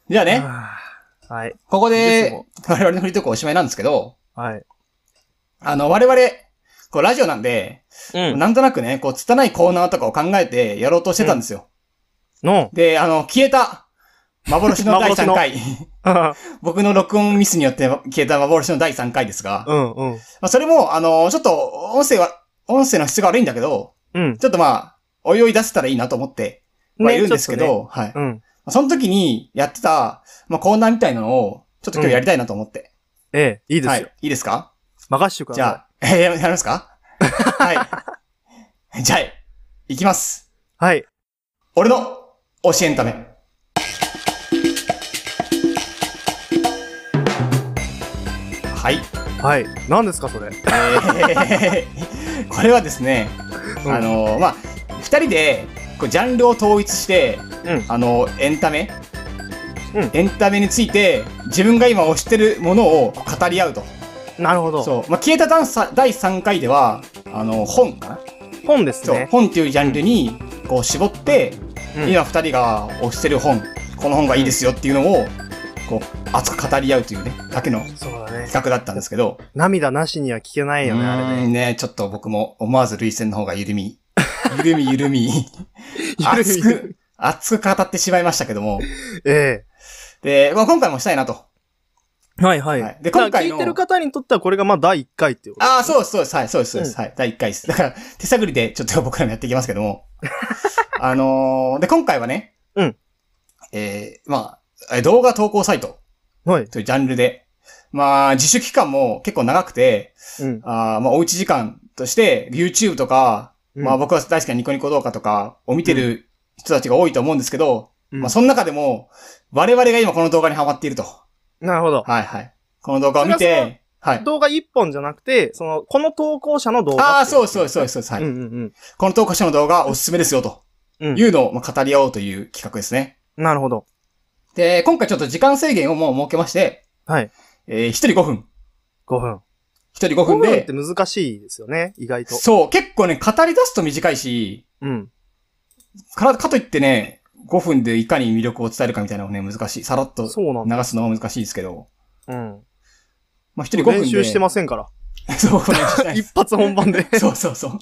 じゃあね、 はい。 ここいいですでよ、 我々のフリートークおしまいなんですけど、 はい。 我々、こう、ラジオなんで、 うん。 なんとなくね、こう、拙いコーナーとかを考えてやろうとしてたんですよ。 の、 で、消えた、幻の第3回。 う僕の録音ミスによって消えた幻の第3回ですが、 んうん。 まあ、それも、ちょっと、音声の質が悪いんだけど、 うん。 ちょっとまあ、おいおい出せたらいいなと思って、まあ、いるんですけちょっど、はい。 とね。うん。 その時にやってた、まあ、コーナーみたいなのを、ちょっと今日やりたいなと思って。 ええ、いいですよ。 はい。いいですか？ 任してください。 じゃあ、やりますか？はい。じゃあ、いきます。 はい。 俺の教えんため。はい。 はい。何ですか、それ。 これはですね、 うんまあ、二人で、こうジャンルを統一して、エンタメ、エンタメについて、自分が今推してるものを語り合うと。 なるほど。 そう。まあ、消えた第3回では、本かな？ 本ですね。 そう。本っていうジャンルに、こう絞って、今二人が推してる本、この本がいいですよっていうのを、こう、熱く語り合うというね、だけの企画だったんですけど。 涙なしには聞けないよね、あれね。 ね、ちょっと僕も思わず涙腺の方が緩み、熱く語ってしまいましたけども。 ええ。で、まあ、今回もしたいなと。 はいはい。 で、今回の。 聞いてる方にとってはこれがまあ第1回っていうこと、 ああ、そうです、そうです。はい、そうです、そうです。はい、第1回です。だから、手探りでちょっと僕らもやっていきますけども。で、今回はね。まあ、動画投稿サイト。 はい。 というジャンルで。まあ、自主期間も結構長くて、まあ、おうち時間として、YouTube とか、まあ僕は大好きなニコニコ動画とかを見てる人たちが多いと思うんですけど、まあその中でも、我々が今この動画にハマっていると。 なるほど。 はいはい。この動画を見て、はい。 動画1本じゃなくて、この投稿者の動画。 ああ、そうそうそうそう、はい。この投稿者の動画おすすめですよと。いうのを語り合おうという企画ですね。 なるほど。 で、今回ちょっと時間制限をもう設けまして、 はい。 一人5分。 5分。 一人5分で。 5分って難しいですよね、意外と。 そう、結構ね、語り出すと短いし、かといってね、5分でいかに魅力を伝えるかみたいなのがね、難しい。さらっと流すのは難しいですけど。まあ、一人5分で。 練習してませんから。 そう、練習してない。 一発本番で。 そうそうそう。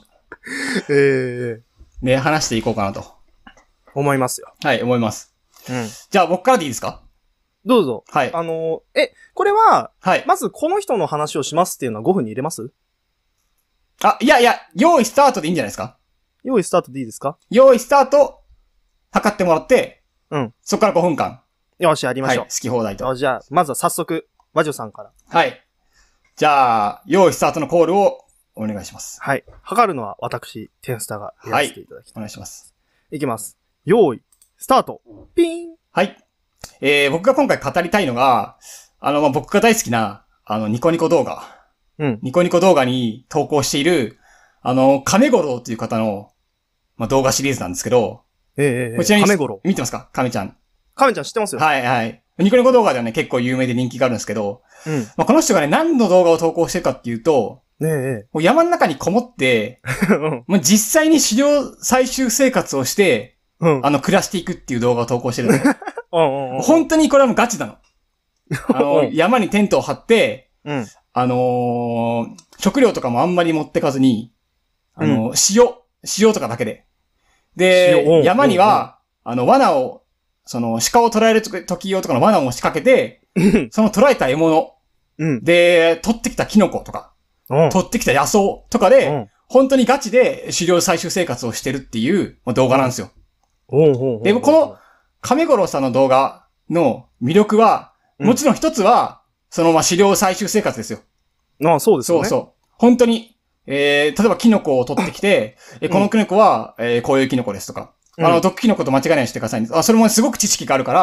ね、話していこうかなと。 思いますよ。 はい、思います。じゃあ僕からでいいですか？ どうぞ。 はい。 これは、 はい。 まずこの人の話をしますっていうのは5分に入れます？ いや、用意スタートでいいんじゃないですか？ 用意スタートでいいですか？ 用意スタート、測ってもらって、そこから5分間。 よし、やりましょう。 はい、好き放題と。 じゃあ、まずは早速、和女さんから。 はい。じゃあ、用意スタートのコールをお願いします。 はい。測るのは私、テンスタがやらせていただきます。 お願いします。 いきます。用意、スタート。ピーン。 はい。僕が今回語りたいのが、僕が大好きな、ニコニコ動画。ニコニコ動画に投稿している、亀五郎っていう方の、まあ、動画シリーズなんですけど。 こちらに亀五郎。 見てますか？亀ちゃん。 亀ちゃん知ってますよ。 はいはい。ニコニコ動画ではね、結構有名で人気があるんですけど、まあ、この人がね、何の動画を投稿してるかっていうと、もう山の中にこもって、もう実際に狩猟採集生活をして、暮らしていくっていう動画を投稿してるの。本当にこれはもうガチなの。山にテントを張って、食料とかもあんまり持ってかずに、塩とかだけで。で、山には、罠を、鹿を捕らえる時用とかの罠を仕掛けて、その捕らえた獲物、で、取ってきたキノコとか、取ってきた野草とかで、本当にガチで狩猟採集生活をしてるっていう動画なんですよ。で、この亀五郎さんの動画の魅力は、もちろん一つは、狩猟採集生活ですよ。 そうですよね。 そう。本当に、例えばキノコを取ってきて、このキノコは、こういうキノコですとか、毒キノコと間違いないようにしてください。それもすごく知識があるから、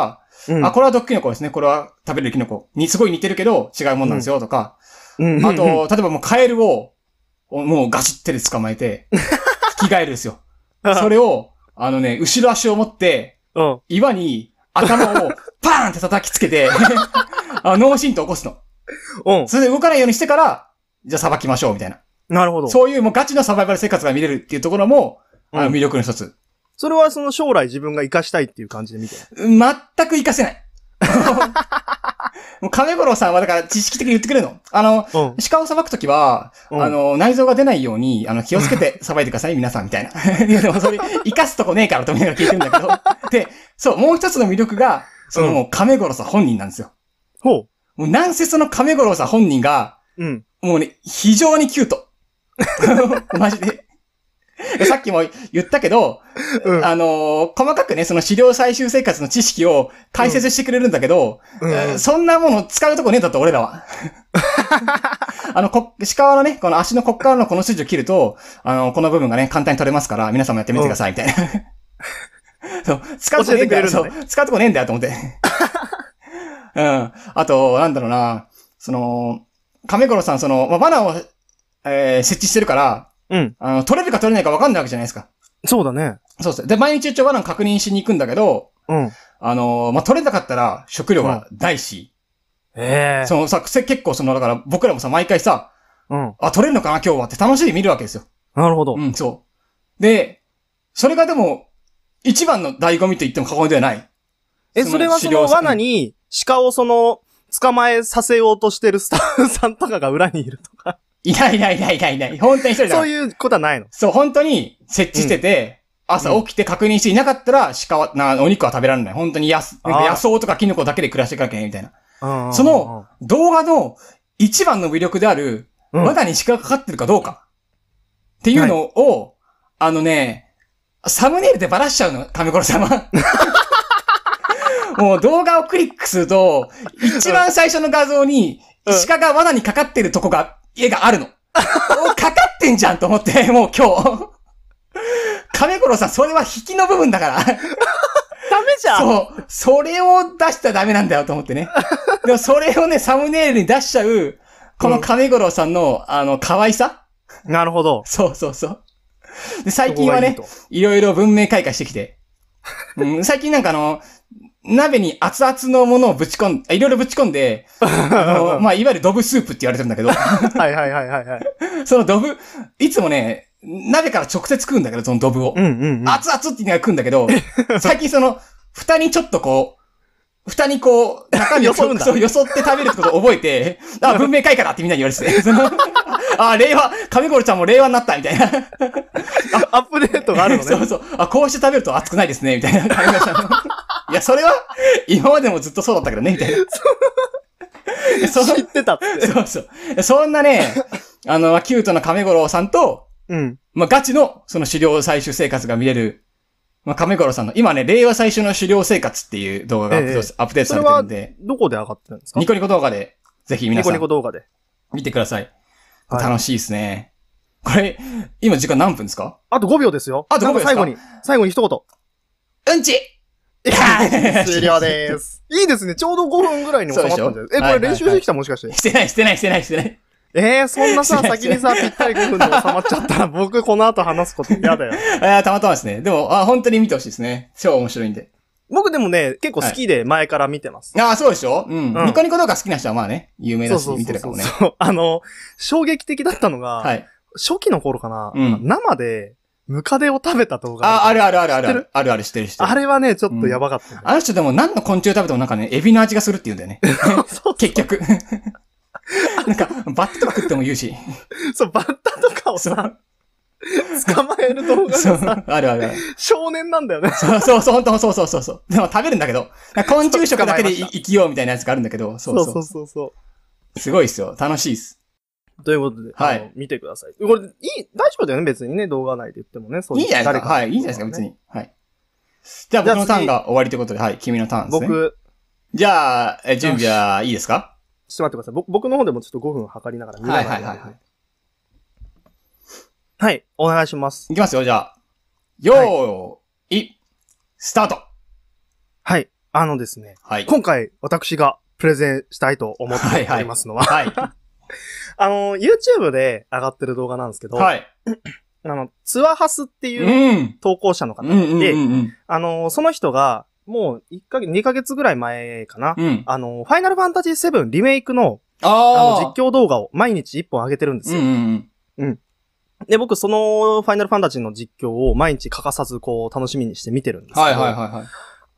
これは毒キノコですね。これは食べれるキノコにすごい似てるけど違うもんなんですよとか、あと、例えばもうカエルを、もうガシッてで捕まえて、着替えるんですよ。それを、後ろ足を持って、岩に頭をパーンって叩きつけて、脳震盪起こすの。それで動かないようにしてから、じゃあ裁きましょうみたいな。 なるほど。 そういうもうガチのサバイバル生活が見れるっていうところも、魅力の一つ。 それは将来自分が活かしたいっていう感じで見てる？ 全く活かせない。 もう亀五郎さんはだから知識的に言ってくれるの。鹿をさばくときは、 うん内臓が出ないように、気をつけてさばいてください、皆さん、みたいな。いや、でもそれ、生かすとこねえからと思いながら聞いてるんだけど。で、そう、もう一つの魅力が、もう亀五郎さん本人なんですよ。 ほう。 もうなんせその亀五郎さん本人が、もうね、非常にキュート。マジで。さっきも言ったけど、細かくね、その飼料採集生活の知識を解説してくれるんだけど、そんなもの使うとこねえんだと、俺らは。鹿のね、この足のこっからのこの筋を切ると、この部分がね、簡単に取れますから、皆さんもやってみてください、みたいな。そう、使うとこねえんだよ、そう、使うとこねえんだよ、と思って。あと、なんだろうな、亀五郎さん、罠を、設置してるから、取れるか取れないか分かんないわけじゃないですか。 そうだね。 そうです。で、毎日一応罠を確認しに行くんだけど、取れなかったら食料がないし、結構だから僕らもさ、毎回さ、取れるのかな今日はって楽しんで見るわけですよ。 なるほど。 そう。で、それがでも、一番の醍醐味と言っても過言ではない。 それはその罠に鹿を捕まえさせようとしてるスタッフさんとかが裏にいるとか。 いない。本当に一人だ。 そういうことはないの？ そう、本当に設置してて、朝起きて確認していなかったら鹿は、お肉は食べられない。本当に野草とかキノコだけで暮らしていかなきゃいけないみたいな。その動画の一番の魅力である、罠に鹿がかかってるかどうかっていうのを、サムネイルでバラしちゃうの、亀五郎さんは。もう動画をクリックすると、一番最初の画像に、鹿が罠にかかってるとこが、絵があるの。かかってんじゃんと思って、もう今日。亀五郎さん、それは引きの部分だから。ダメじゃん。 そう。それを出したらダメなんだよと思ってね。でもそれをね、サムネイルに出しちゃう、この亀五郎さんの、可愛さ。 なるほど。 そう。で、最近はね、いろいろ文明開化してきて。最近なんか鍋に熱々のものをいろいろぶち込んで、いわゆるドブスープって言われてるんだけど。 はい。 そのドブ、いつもね、鍋から直接食うんだけど、そのドブを。熱々って言いながら食うんだけど、最近蓋に中身をよそって食べるってことを覚えて、文明開化だってみんなに言われてて。亀五郎ちゃんも令和になったみたいな。 アップデートがあるのね。 そう。こうして食べると熱くないですね、みたいな。いや、それは、今までもずっとそうだったけどね、みたいな。 知ってたって。 そう。そんなね、キュートな亀五郎さんと、ガチの、狩猟採集生活が見れる、亀五郎さんの、今ね、令和最初の狩猟生活っていう動画がアップデートされてるんで。 それは、どこで上がってるんですか？ ニコニコ動画で、ぜひ皆さん。 ニコニコ動画で。 見てください。楽しいですね。これ、今時間何分ですか？ あと5秒ですよ。 あと5秒ですか？ 最後に一言。 うんち終了です。いいですね。ちょうど5分ぐらいに収まったんじゃない？これ練習してきたもしかして。 してない。 そんなさ、先にさ、ぴったり5分で収まっちゃったら、僕この後話すこと嫌だよ。 たまたまですね。でも、本当に見てほしいですね。超面白いんで。 僕でもね、結構好きで前から見てます。 そうでしょ？ニコニコ動画好きな人はまあね、有名だし、見てるかもね。 そう。衝撃的だったのが、初期の頃かな、生で、ムカデを食べた動画。 ある。知ってる。 あれはね、ちょっとやばかった。 あの人でも何の昆虫食べてもなんかね、エビの味がするって言うんだよね。結局。なんか、バッタとか食っても言うし。 そう、バッタとかをさ、捕まえる動画がさ、 ある。 少年なんだよね。 そう。でも食べるんだけど、昆虫食だけで生きようみたいなやつがあるんだけど、そう。すごいっすよ。楽しいっす。 ということで、見てください。これ、大丈夫だよね、別にね、動画内で言ってもね。 いいじゃないですか。いいじゃないですか、別に。はい。じゃあ僕のターンが終わりということで、君のターンですね。僕。じゃあ、準備はいいですか？ ちょっと待ってください。僕の方でもちょっと5分測りながら見ながら。はい、お願いします。 いきますよ、じゃあ。よーい、スタート。 はい、ですね。今回、私がプレゼンしたいと思っておりますのは、YouTube で上がってる動画なんですけど、ツアハスっていう投稿者の方がいて、その人が、もう2ヶ月ぐらい前かな。ファイナルファンタジー7リメイクの、実況動画を毎日1本上げてるんですよ。で、僕、そのファイナルファンタジーの実況を毎日欠かさず、楽しみにして見てるんですけど、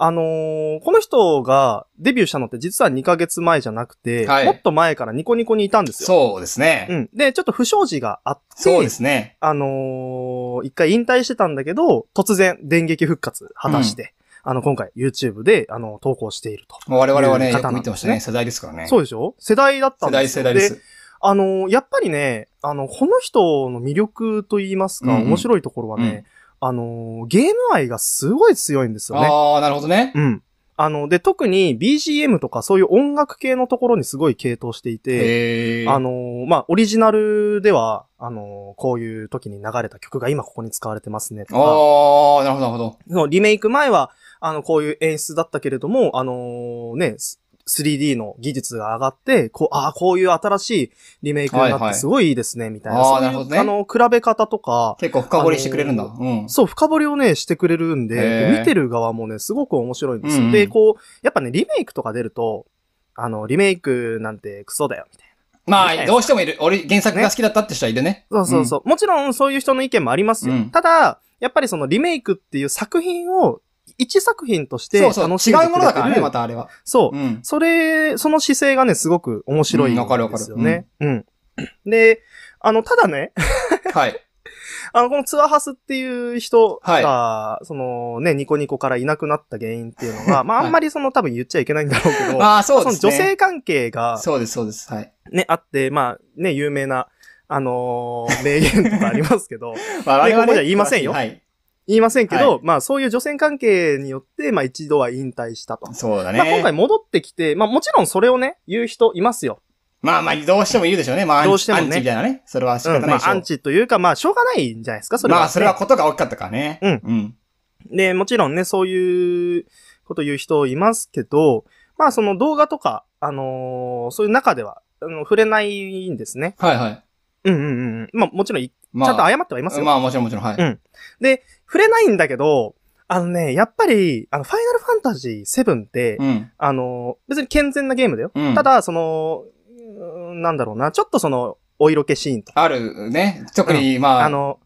この人がデビューしたのって実は2ヶ月前じゃなくて、はい、もっと前からニコニコにいたんですよ。 そうですね。 うん。で、ちょっと不祥事があって、 そうですね。 一回引退してたんだけど、突然電撃復活果たして、今回 YouTube で、投稿していると。 我々はね、よく見てましたね。世代ですからね。 そうでしょ？世代だったんですよ。 世代です。 で、やっぱりね、この人の魅力と言いますか、面白いところはね、ゲーム愛がすごい強いんですよね。 ああ、なるほどね。 うん。で、特に BGM とかそういう音楽系のところにすごい傾倒していて、オリジナルでは、こういう時に流れた曲が今ここに使われてますねとか。 ああ、なるほど、なるほど。リメイク前は、こういう演出だったけれども、3D の技術が上がって、こういう新しいリメイクになってすごいいいですね、みたいな。 なるほどね。 比べ方とか。 結構深掘りしてくれるんだ。 そう、深掘りをね、してくれるんで、見てる側もね、すごく面白いんですよ。で、やっぱね、リメイクとか出ると、リメイクなんてクソだよ、みたいな。まあ、どうしてもいる。俺、原作が好きだったって人はいるね。 そう。もちろん、そういう人の意見もありますよ。ただ、やっぱりそのリメイクっていう作品を、一作品として楽しんでくれてる。 違うものだからね、またあれは。 そう。その姿勢がね、すごく面白いんですよね。で、ただね。 はい。 このツアハスっていう人が、ニコニコからいなくなった原因っていうのが、まあ、あんまり多分言っちゃいけないんだろうけど、 そうですね。 その女性関係が、 そうです。はい。 ね、あって、まあ、ね、有名な、名言とかありますけど、 我々 ここじゃ言いませんよ。 はい。 言いませんけど、まあそういう女性関係によって、まあ一度は引退したと。 そうだね。 まあ今回戻ってきて、まあもちろんそれをね、言う人いますよ。 まあどうしても言うでしょうね。まあどうしてもね。 アンチみたいなね。それは仕方ないでしょう。 まあアンチというか、まあしょうがないんじゃないですか、それは、ね。 まあそれはことが大きかったからね。 で、もちろんね、そういうこと言う人いますけど、まあその動画とか、そういう中では、触れないんですね。 はいはい。 まあもちろん、ちゃんと謝ってはいますよ。 まあもちろん、はい。 で、触れないんだけど、やっぱり、ファイナルファンタジー7って、別に健全なゲームだよ。ただ、なんだろうな、ちょっとお色気シーンとか。 あるね。特に、まあ、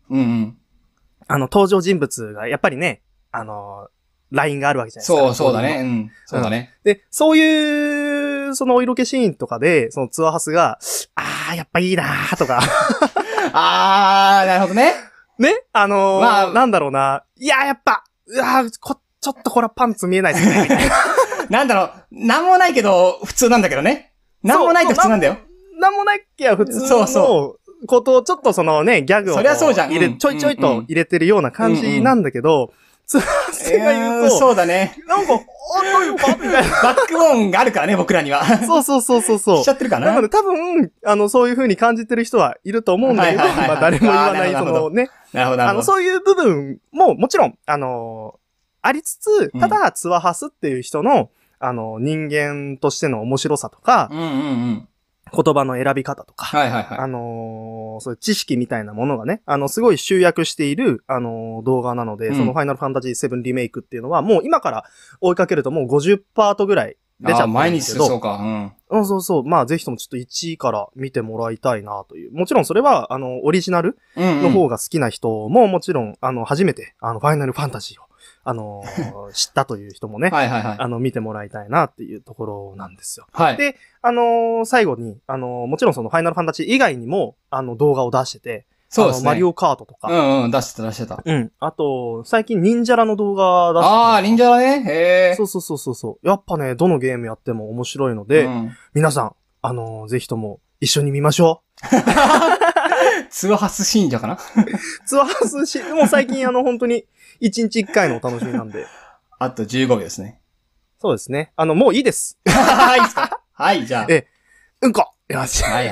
登場人物が、やっぱりね、ラインがあるわけじゃないですか。 そうだね。そうだね。 で、そういう、お色気シーンとかで、ツアハスが、やっぱいいなーとか。 なるほどね。 ねなんだろうな。いや、やっぱ、ちょっとこれはパンツ見えないですね。みたいな。 なんだろう、なんもないけど、普通なんだけどね。なんもないと普通なんだよ。 なんもないきゃ普通のことをちょっとギャグをそりゃそうじゃん。 ちょいちょいと入れてるような感じなんだけど、ツアハスが言うと、 そうだね。 なんか、大丈夫かみたいな。 バックボーンがあるからね、僕らには。 そう。 しちゃってるかな。 なので多分、そういう風に感じてる人はいると思うんだけど、まあ誰も言わない、 なるほど。 そういう部分ももちろん、ありつつ、ただ、ツアハスっていう人の、人間としての面白さとか、言葉の選び方とか、そういう知識みたいなものがね、すごい集約している、動画なので、そのファイナルファンタジー7リメイクっていうのは、もう今から追いかけるともう50パートぐらい出ちゃったんですけど。 毎日そうか。 そう。まあぜひともちょっと1位から見てもらいたいなという。もちろんそれは、オリジナルの方が好きな人ももちろん、初めて、ファイナルファンタジーを、知ったという人もね、見てもらいたいなっていうところなんですよ。で、最後に、もちろんそのファイナルファンタジー以外にも、動画を出してて、 そうですね。 マリオカートとか。 出してた。 あと、最近忍者らの動画出して忍者らね。へー。そう。やっぱね、どのゲームやっても面白いので、皆さん、ぜひとも一緒に見ましょう。 ツアハス信者かなツアハスもう最近本当に1日1回のお楽しみなんで。 あと15秒ですね。 そうですね。もういいです。 はい、いいですかはい、じゃあ。 うんこよし。 はい。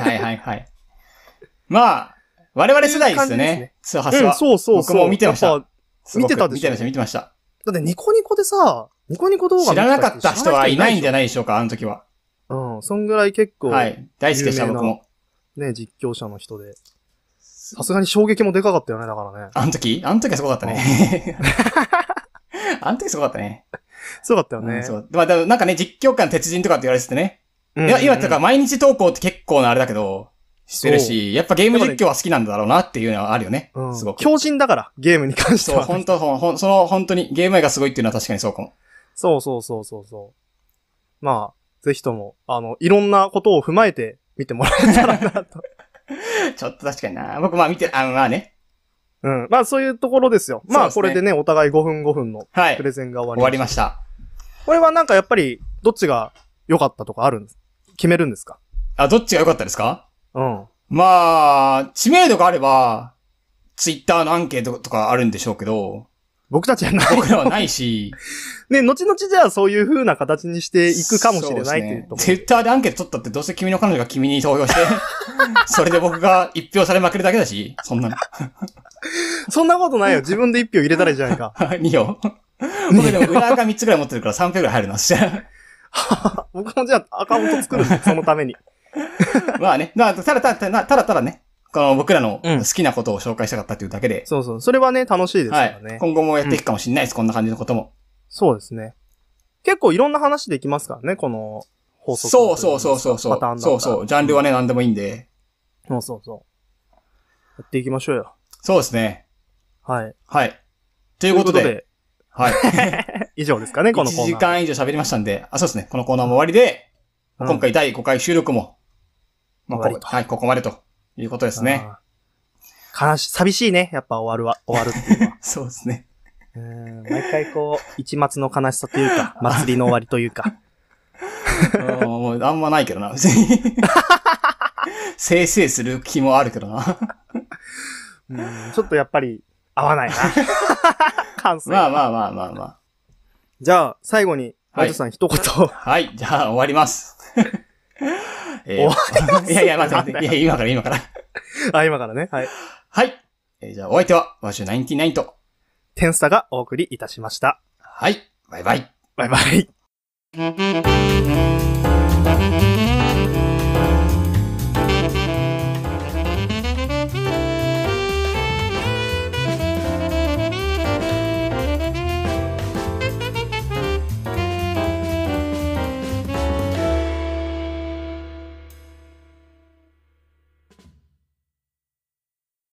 まあ、我々世代ですよね。ツアハスは。 そう。 僕も見てました。 見てたでしょ。 見てました。 だってニコニコでさ、ニコニコ動画知らなかった人はいないんじゃないでしょうか、あの時は。 そんぐらい結構。 はい。大好きでした、僕も。 ね、実況者の人で。さすがに衝撃もでかかったよね、だからね。 あの時はすごかったね。あの時すごかったね。 すごかったよね。 そう。まあ、なんかね、実況官鉄人とかって言われててね。今とか毎日投稿って結構なあれだけど、してるし、やっぱゲーム実況は好きなんだろうなっていうのはあるよね。すごく。 強靭だから、ゲームに関しては。 そう、本当に、ゲーム愛がすごいっていうのは確かにそうかも。 そうそうそうそうそう。まあ、ぜひとも、いろんなことを踏まえて見てもらえたらなと。 ちょっと確かにな。僕まあ見て、まあね。 うん。まあそういうところですよ。まあこれでね、お互い5分5分のプレゼンが終わりました。 終わりました。 これはなんかやっぱり、どっちが良かったとかあるんです？決めるんですか？ どっちが良かったですか？ うん。 まあ、知名度があれば、ツイッターのアンケートとかあるんでしょうけど、 僕たちはない。 僕らはないし。 ね、後々じゃあそういう風な形にしていくかもしれないっていうところ。 ツイッターでアンケート取ったってどうせ君の彼女が君に投票して、それで僕が一票されまくるだけだし、そんなの。 そんなことないよ。自分で一票入れたらいいじゃないか。 2票僕でも裏垢3つぐらい持ってるから3票ぐらい入るな。 僕もじゃあアカウント作るんです、そのために。 まあね。ただね。この僕らの好きなことを紹介したかったというだけで。 そうそう。それはね、楽しいですからね。 はい。今後もやっていくかもしれないです。こんな感じのことも。 そうですね。結構いろんな話できますからね、この放送。 そう。 パターンだったそう。ジャンルはね、何でもいいんで。 そう。やっていきましょうよ。 そうですね。 はい。 ということで。はい。 以上ですかね、このコーナー。 1時間以上喋りましたんで。そうですね。このコーナーも終わりで、今回第5回収録も、はい、ここまでということですね。 寂しいね。やっぱ終わるっていうのは。 そうですね。 毎回こう、一末の悲しさというか、祭りの終わりというか。 もうあんまないけどな、別に。せいせいする気もあるけどな。 ちょっとやっぱり合わないな。感想。 まあ。 じゃあ、最後に、マジさん一言。 はい、じゃあ終わります。 終わります。 いや、待って。いや、今から。 今からね。はい。 はい。じゃあお相手は、ワシュ99と、 テンスタがお送りいたしました。 はい。バイバイ。 バイバイ。